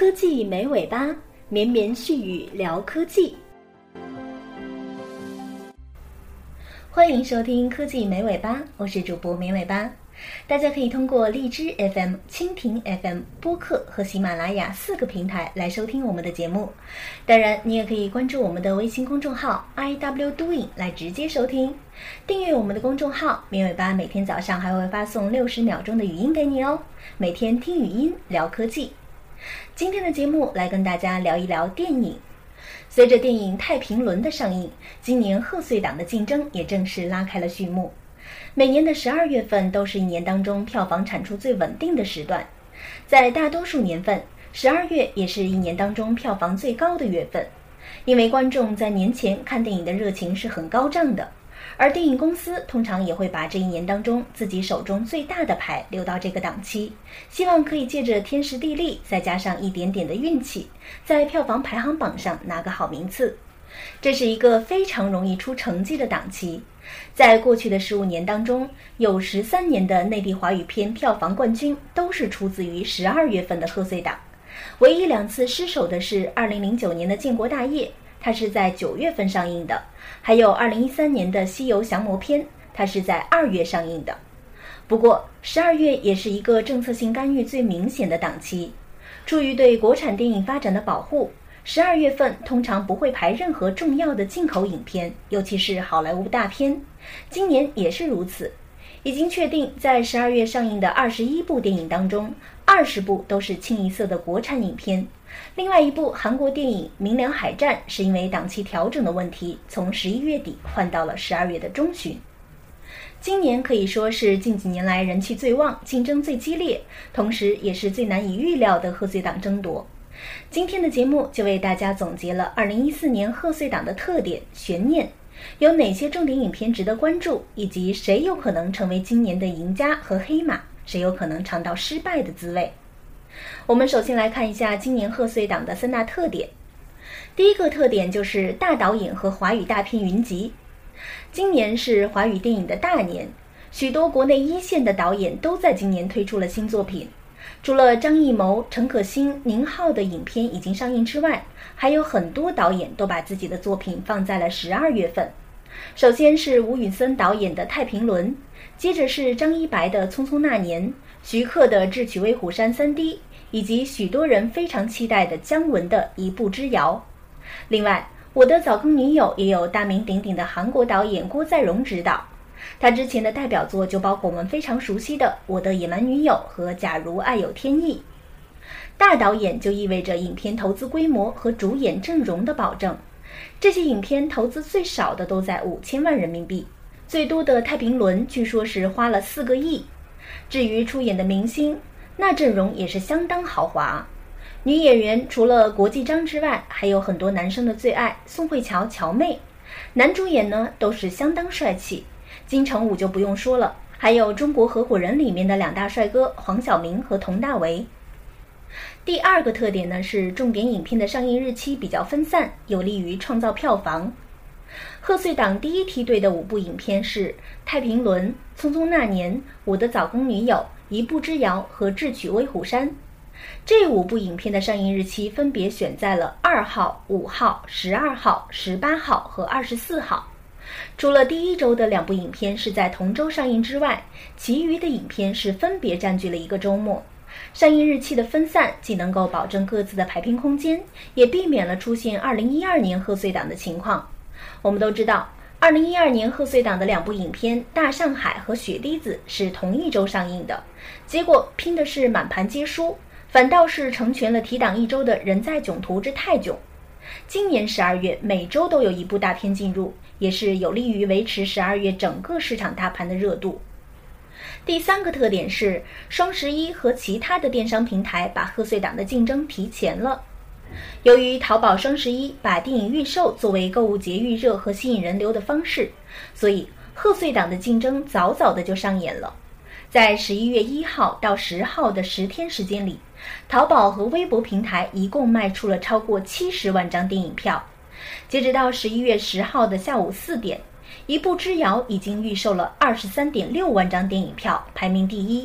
科技没尾巴，绵绵细语聊科技。欢迎收听科技没尾巴，我是主播绵尾巴。大家可以通过荔枝 FM、蜻蜓 FM、播客和喜马拉雅4个平台来收听我们的节目。当然，你也可以关注我们的微信公众号 IWDoing 来直接收听。订阅我们的公众号，绵尾巴每天早上还会发送60秒钟的语音给你哦。每天听语音聊科技。今天的节目来跟大家聊一聊电影。随着电影《太平轮》的上映，今年贺岁档的竞争也正式拉开了序幕。每年的12月份都是一年当中票房产出最稳定的时段，在大多数年份，12月也是一年当中票房最高的月份，因为观众在年前看电影的热情是很高涨的，而电影公司通常也会把这一年当中自己手中最大的牌留到这个档期，希望可以借着天时地利，再加上一点点的运气，在票房排行榜上拿个好名次。这是一个非常容易出成绩的档期，在过去的15年当中，有13年的内地华语片票房冠军都是出自于12月份的贺岁档，唯一2次失手的是2009年的《建国大业》，它是在9月份上映的，还有2013年的《西游降魔篇》，它是在2月上映的。不过12月也是一个政策性干预最明显的档期，出于对国产电影发展的保护，12月份通常不会排任何重要的进口影片，尤其是好莱坞大片。今年也是如此，已经确定在12月上映的21部电影当中，20部都是清一色的国产影片。另外一部韩国电影《明良海战》是因为档期调整的问题，从11月底换到了12月的中旬。今年可以说是近几年来人气最旺、竞争最激烈，同时也是最难以预料的贺岁档争夺。今天的节目就为大家总结了2014年贺岁档的特点、悬念，有哪些重点影片值得关注，以及谁有可能成为今年的赢家和黑马，谁有可能尝到失败的滋味。我们首先来看一下今年贺岁档的3大特点。第一个特点就是大导演和华语大片云集。今年是华语电影的大年，许多国内一线的导演都在今年推出了新作品。除了张艺谋、陈可辛、宁浩的影片已经上映之外，还有很多导演都把自己的作品放在了12月份。首先是吴宇森导演的《太平轮》，接着是张一白的《匆匆那年》，徐克的《智取威虎山 3D》，以及许多人非常期待的姜文的《一步之遥》。另外，我的早更女友也有大名鼎鼎的韩国导演郭在容执导，他之前的代表作就包括我们非常熟悉的《我的野蛮女友》和《假如爱有天意》。大导演就意味着影片投资规模和主演阵容的保证，这些影片投资最少的都在5000万人民币，最多的《太平轮》据说是花了4个亿。至于出演的明星，那阵容也是相当豪华。女演员除了国际章之外，还有很多男生的最爱宋慧乔、乔妹。男主演呢都是相当帅气，金城武就不用说了，还有中国合伙人里面的2大帅哥黄晓明和佟大为。第二个特点呢是重点影片的上映日期比较分散，有利于创造票房。贺岁档第一梯队的5部影片是《太平轮》、《匆匆那年》、《我的早更女友》、《一步之遥》和《智取威虎山》。这5部影片的上映日期分别选在了2号、5号、12号、18号和24号。除了第一周的2部影片是在同周上映之外，其余的影片是分别占据了1个周末。上映日期的分散既能够保证各自的排片空间，也避免了出现2012年贺岁档的情况。我们都知道2012年贺岁档的2部影片《大上海》和《雪滴子》是同一周上映的，结果拼的是满盘皆输，反倒是成全了提档1周的《人在囧途之泰囧》。今年12月每周都有1部大片进入，也是有利于维持12月整个市场大盘的热度。第3个特点是双11和其他的电商平台把贺岁档的竞争提前了。由于淘宝双11把电影预售作为购物节预热和吸引人流的方式，所以贺岁档的竞争早早的就上演了。在11月1号到10号的10天时间里，淘宝和微博平台一共卖出了超过70万张电影票。截止到11月10号的下午4点，一步之遥已经预售了23.6万张电影票，排名第一。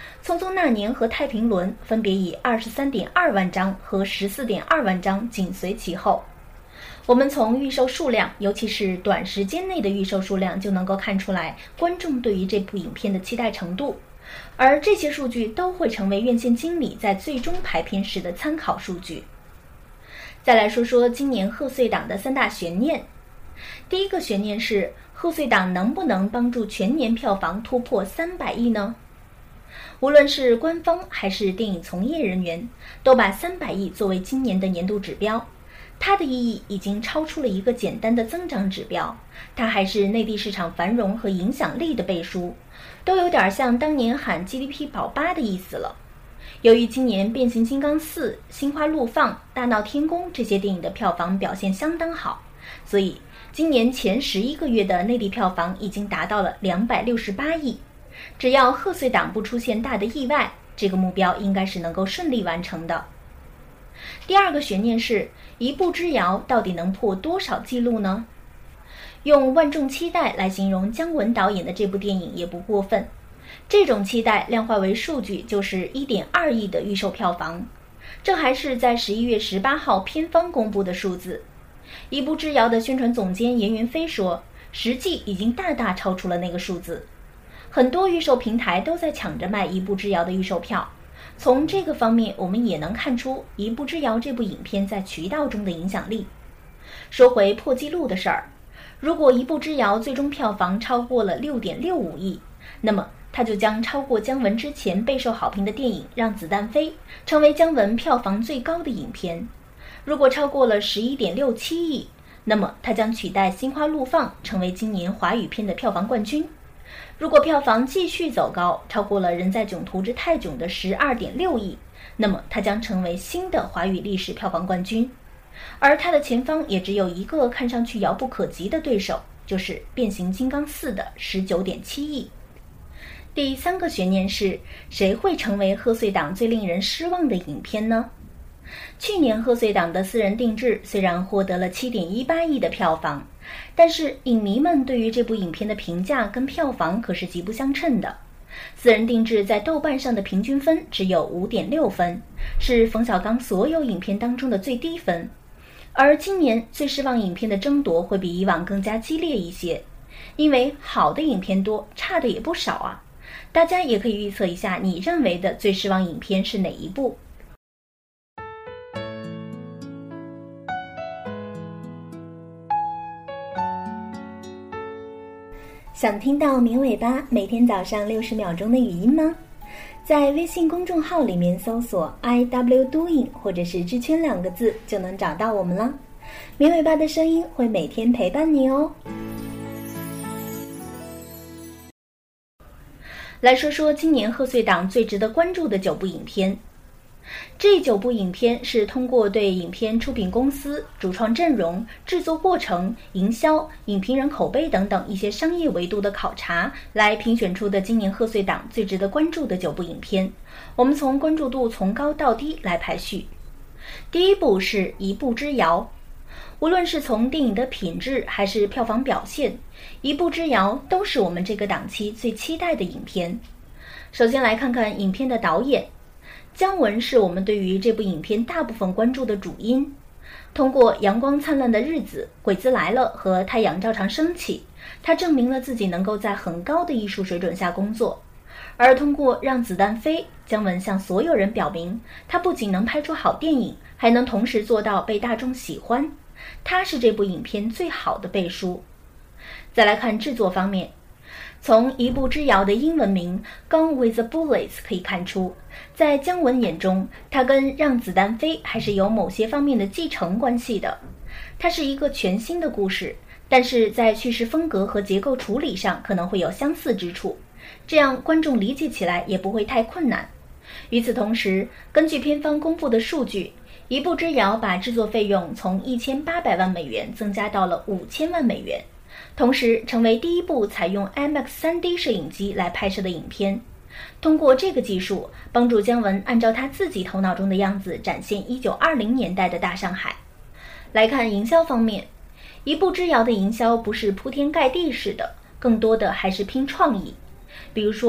匆匆那年和太平轮分别以23.2万张和14.2万张紧随其后。我们从预售数量，尤其是短时间内的预售数量，就能够看出来观众对于这部影片的期待程度，而这些数据都会成为院线经理在最终排片时的参考数据。再来说说今年贺岁档的3大悬念。第一个悬念是贺岁档能不能帮助全年票房突破300亿呢？无论是官方还是电影从业人员，都把300亿作为今年的年度指标。它的意义已经超出了一个简单的增长指标，它还是内地市场繁荣和影响力的背书，都有点像当年喊 GDP 保8的意思了。由于今年《变形金刚4》、《心花怒放》、《大闹天宫》这些电影的票房表现相当好，所以今年前11个月的内地票房已经达到了268亿。只要贺岁档不出现大的意外，这个目标应该是能够顺利完成的。第二个悬念是一步之遥到底能破多少纪录呢？用万众期待来形容姜文导演的这部电影也不过分。这种期待量化为数据就是 1.2 亿的预售票房，这还是在11月18号片方公布的数字。一步之遥的宣传总监严云飞说，实际已经大大超出了那个数字。很多预售平台都在抢着卖一步之遥的预售票，从这个方面我们也能看出一步之遥这部影片在渠道中的影响力。说回破纪录的事儿，如果一步之遥最终票房超过了 6.65 亿，那么它就将超过姜文之前备受好评的电影《让子弹飞》，成为姜文票房最高的影片。如果超过了 11.67 亿，那么它将取代《心花怒放》，成为今年华语片的票房冠军。如果票房继续走高，超过了《人在囧途之泰囧》的 12.6 亿，那么它将成为新的华语历史票房冠军。而它的前方也只有一个看上去遥不可及的对手，就是《变形金刚4》的 19.7 亿。第三个悬念是谁会成为贺岁档最令人失望的影片呢？去年贺岁档的私人定制虽然获得了 7.18 亿的票房，但是影迷们对于这部影片的评价跟票房可是极不相称的。私人定制在豆瓣上的平均分只有 5.6 分，是冯小刚所有影片当中的最低分。而今年最失望影片的争夺会比以往更加激烈一些，因为好的影片多，差的也不少啊。大家也可以预测一下你认为的最失望影片是哪一部。想听到绵尾巴每天早上60秒钟的语音吗？在微信公众号里面搜索 IWDoing 或者是知圈2个字就能找到我们了。绵尾巴的声音会每天陪伴你哦。来说说今年贺岁档最值得关注的9部影片。这9部影片是通过对影片出品公司、主创阵容、制作过程、营销、影评人口碑等等一些商业维度的考察来评选出的今年贺岁档最值得关注的9部影片。我们从关注度从高到低来排序。第一部是一步之遥。无论是从电影的品质还是票房表现，一步之遥都是我们这个档期最期待的影片。首先来看看影片的导演。姜文是我们对于这部影片大部分关注的主因。通过《阳光灿烂的日子》、《鬼子来了》和《太阳照常升起》，他证明了自己能够在很高的艺术水准下工作。而通过《让子弹飞》，姜文向所有人表明，他不仅能拍出好电影，还能同时做到被大众喜欢。他是这部影片最好的背书。再来看制作方面，从一步之遥的英文名 Gone with the Bullets 可以看出，在姜文眼中，他跟让子弹飞还是有某些方面的继承关系的。它是一个全新的故事，但是在叙事风格和结构处理上可能会有相似之处，这样观众理解起来也不会太困难。与此同时，根据片方公布的数据，一步之遥把制作费用从1800万美元增加到了5000万美元，同时成为第一部采用 IMAX 3D 摄影机来拍摄的影片。通过这个技术，帮助姜文按照他自己头脑中的样子展现1920年代的大上海。来看营销方面，一步之遥的营销不是铺天盖地式的，更多的还是拼创意。比如说，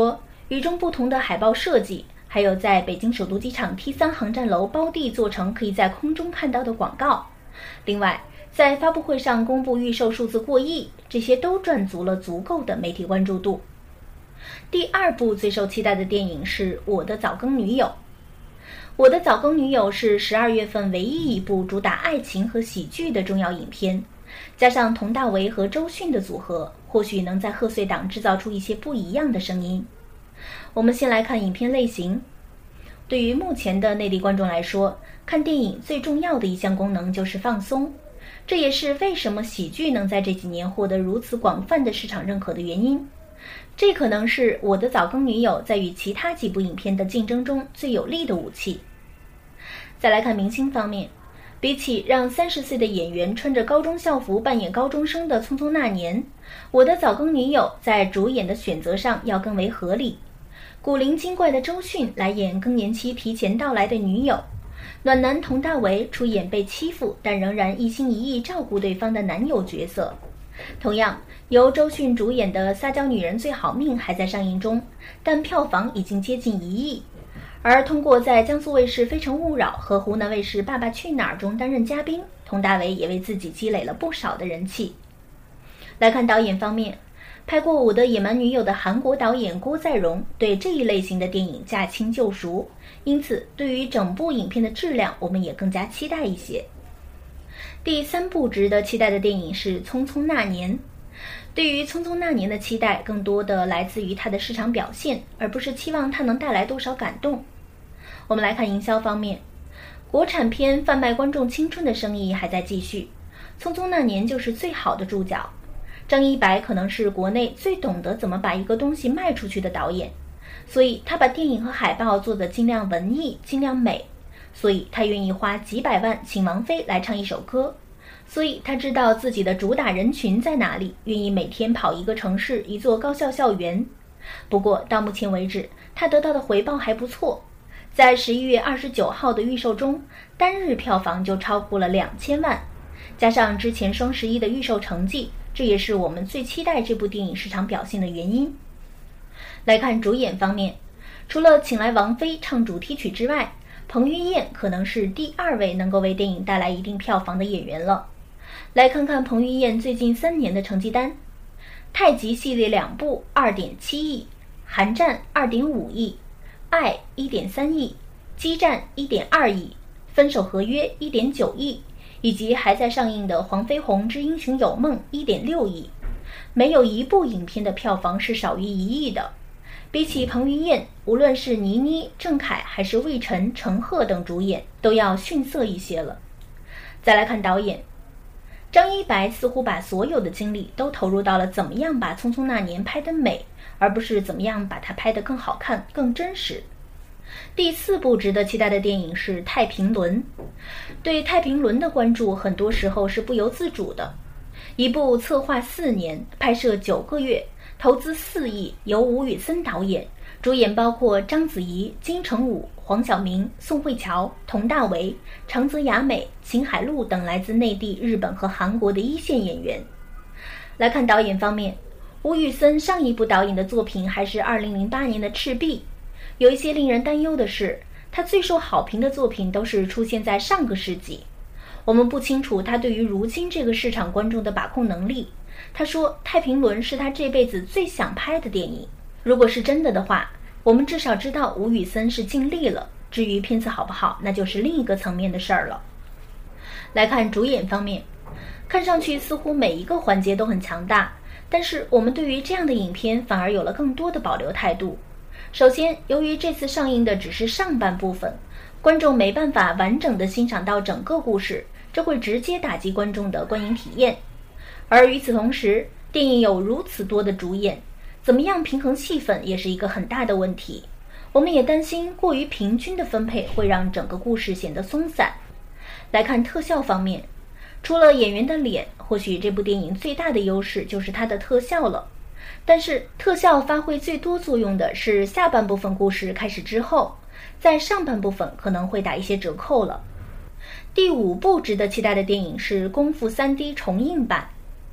与众不同的海报设计，还有在北京首都机场 T3 航站楼包地做成可以在空中看到的广告。另外，在发布会上公布预售数字过亿，这些都赚足了足够的媒体关注度。第二部最受期待的电影是《我的早更女友》。《我的早更女友》是12月份唯一一部主打爱情和喜剧的重要影片，加上佟大为和周迅的组合，或许能在贺岁档制造出一些不一样的声音。我们先来看影片类型。对于目前的内地观众来说，看电影最重要的一项功能就是放松，这也是为什么喜剧能在这几年获得如此广泛的市场认可的原因。这可能是我的早更女友在与其他几部影片的竞争中最有力的武器。再来看明星方面，比起让30岁的演员穿着高中校服扮演高中生的《匆匆那年》，我的早更女友在主演的选择上要更为合理。古灵精怪的周迅来演更年期提前到来的女友，暖男佟大为出演被欺负但仍然一心一意照顾对方的男友角色。同样，由周迅主演的《撒娇女人最好命》还在上映中，但票房已经接近1亿。而通过在江苏卫视《非诚勿扰》和湖南卫视《爸爸去哪儿》中担任嘉宾，佟大为也为自己积累了不少的人气。来看导演方面，拍过《我的野蛮女友》的韩国导演郭在容对这一类型的电影驾轻就熟，因此对于整部影片的质量，我们也更加期待一些。第三部值得期待的电影是《匆匆那年》。对于《匆匆那年》的期待，更多的来自于它的市场表现，而不是期望它能带来多少感动。我们来看营销方面，国产片贩卖观众青春的生意还在继续，《匆匆那年》就是最好的注脚。张一白可能是国内最懂得怎么把一个东西卖出去的导演，所以他把电影和海报做得尽量文艺、尽量美，所以他愿意花几百万请王菲来唱一首歌，所以他知道自己的主打人群在哪里，愿意每天跑一个城市、一座高校校园。不过到目前为止，他得到的回报还不错，在11月29号的预售中，单日票房就超过了2000万，加上之前双11的预售成绩，这也是我们最期待这部电影市场表现的原因。来看主演方面，除了请来王菲唱主题曲之外，彭于晏可能是第2位能够为电影带来一定票房的演员了。来看看彭于晏最近3年的成绩单：太极系列2部2.7亿，寒战2.5亿，爱1.3亿，激战1.2亿，分手合约1.9亿，以及还在上映的黄飞鸿之英雄有梦1.6亿，没有一部影片的票房是少于1亿的。比起彭于晏，无论是倪妮、郑恺还是魏晨、陈赫等主演，都要逊色一些了。再来看导演，张一白似乎把所有的精力都投入到了怎么样把《匆匆那年》拍得美，而不是怎么样把它拍得更好看、更真实。第4部值得期待的电影是《太平轮》。对太平轮的关注很多时候是不由自主的。一部策划4年、拍摄9个月、投资4亿，由吴宇森导演，主演包括章子怡、金城武、黄晓明、宋慧乔、佟大为、长泽雅美、秦海璐等来自内地、日本和韩国的一线演员。来看导演方面，吴宇森上一部导演的作品还是2008年的《赤壁》。有一些令人担忧的是，他最受好评的作品都是出现在上个世纪。我们不清楚他对于如今这个市场观众的把控能力。他说《太平轮》是他这辈子最想拍的电影。如果是真的的话，我们至少知道吴宇森是尽力了，至于片子好不好，那就是另一个层面的事儿了。来看主演方面，看上去似乎每一个环节都很强大，但是我们对于这样的影片反而有了更多的保留态度。首先，由于这次上映的只是上半部分，观众没办法完整的欣赏到整个故事，这会直接打击观众的观影体验。而与此同时，电影有如此多的主演，怎么样平衡戏份也是一个很大的问题。我们也担心过于平均的分配会让整个故事显得松散。来看特效方面，除了演员的脸，或许这部电影最大的优势就是它的特效了。但是特效发挥最多作用的是下半部分故事开始之后，在上半部分可能会打一些折扣了。第5部值得期待的电影是《功夫 3D 重映版》。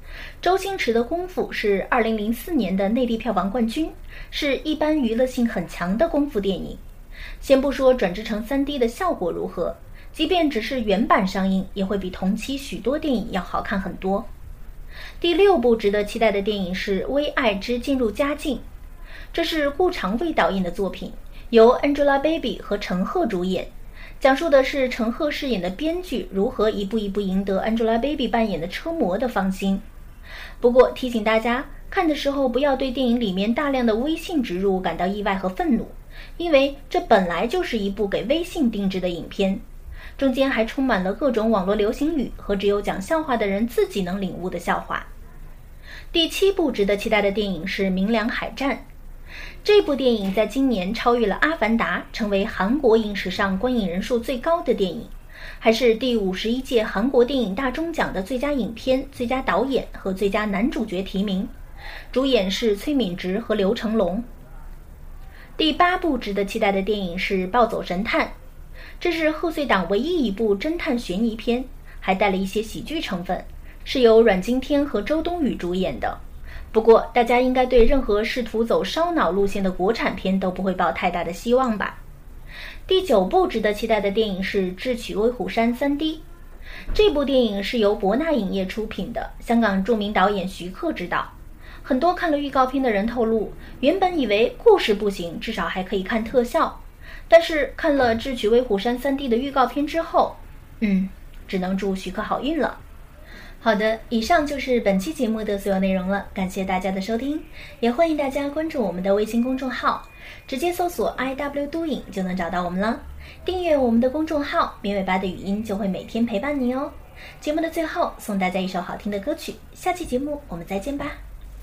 周星驰的《功夫》是2004年的内地票房冠军，是一般娱乐性很强的功夫电影。先不说转制成 3D 的效果如何，即便只是原版上映，也会比同期许多电影要好看很多。第6部值得期待的电影是《微爱之进入佳境》，这是顾长卫导演的作品，由 Angelababy 和陈赫主演，讲述的是陈赫饰演的编剧如何一步一步赢得 Angelababy 扮演的车模的芳心。不过提醒大家，看的时候不要对电影里面大量的微信植入感到意外和愤怒，因为这本来就是一部给微信定制的影片，中间还充满了各种网络流行语和只有讲笑话的人自己能领悟的笑话。第7部值得期待的电影是《明良海战》，这部电影在今年超越了《阿凡达》，成为韩国影史上观影人数最高的电影，还是第51届韩国电影大钟奖的最佳影片、最佳导演和最佳男主角提名，主演是崔敏植和刘成龙。第8部值得期待的电影是《暴走神探》，这是贺岁档唯一一部侦探悬疑片，还带了一些喜剧成分，是由阮经天和周冬雨主演的。不过大家应该对任何试图走烧脑路线的国产片都不会抱太大的希望吧。第9部值得期待的电影是《智取威虎山 3D》，这部电影是由博纳影业出品的，香港著名导演徐克执导。很多看了预告片的人透露，原本以为故事不行，至少还可以看特效，但是看了《智取威虎山 3D》的预告片之后，只能祝徐克好运了。好的，以上就是本期节目的所有内容了，感谢大家的收听，也欢迎大家关注我们的微信公众号，直接搜索 IW 都影就能找到我们了。订阅我们的公众号，绵尾巴的语音就会每天陪伴你哦。节目的最后送大家一首好听的歌曲，下期节目我们再见吧。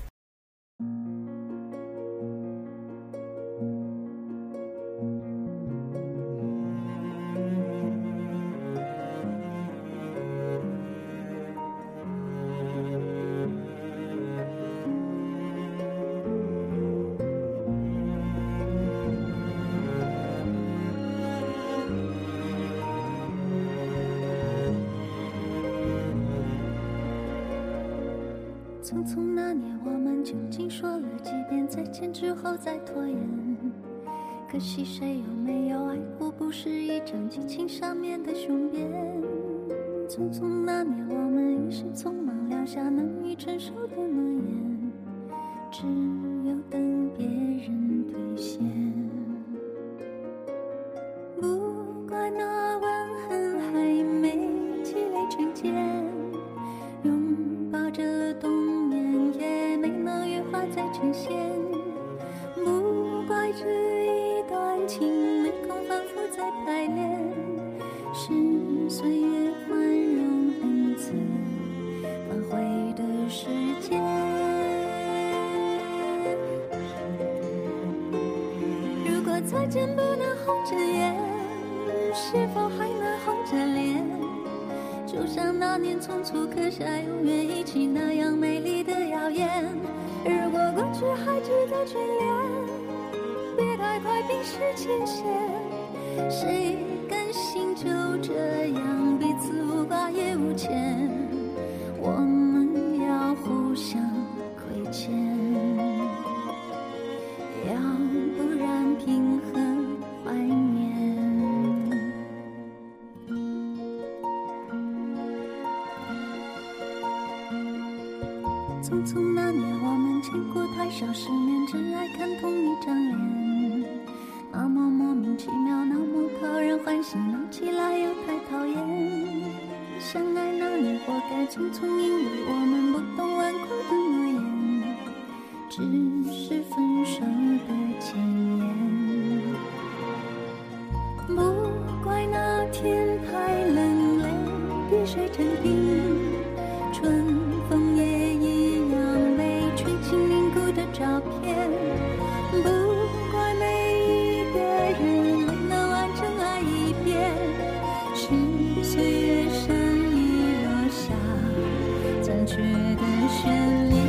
匆匆那年，我们究竟说了几遍再见之后再拖延？可惜谁有没有爱过，不是一张激情上面的雄辩。匆匆那年，我们一时匆忙撂下难以承受的诺言，只有等别人兑现。不怪那吻痕还没积累成茧，拥抱着冬眠也没能羽化再成仙，不怪这一段情没空反复再排练，是岁月宽容恩赐挽回的时间。如果再见不能红着眼，是否还能红着脸？就像那年匆促刻下永远一起那样美丽的谣言。如果过去还值得眷恋，别太快冰释前嫌。谁甘心就这样彼此无挂也无牵？我们要互相亏欠，要不然凭何怀念？匆匆那年，我们见过太少世面，只爱看同一张脸，那么莫名其妙，那么讨人欢喜，闹起来又太讨厌。相爱那年活该匆匆，因为我们不懂顽固的诺言，只是分手的前言。不怪那天太冷，泪滴水成冰，春风也一样被吹进凝固的照片。不怪每一个人没能完整爱一遍，是岁月善意落下残缺的眷恋。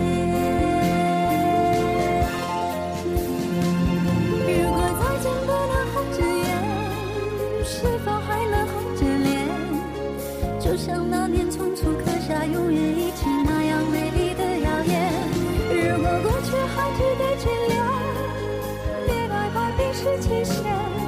如果再见不能红着眼，是否还能红着脸？就像那年从的倦了，别害怕冰释前嫌。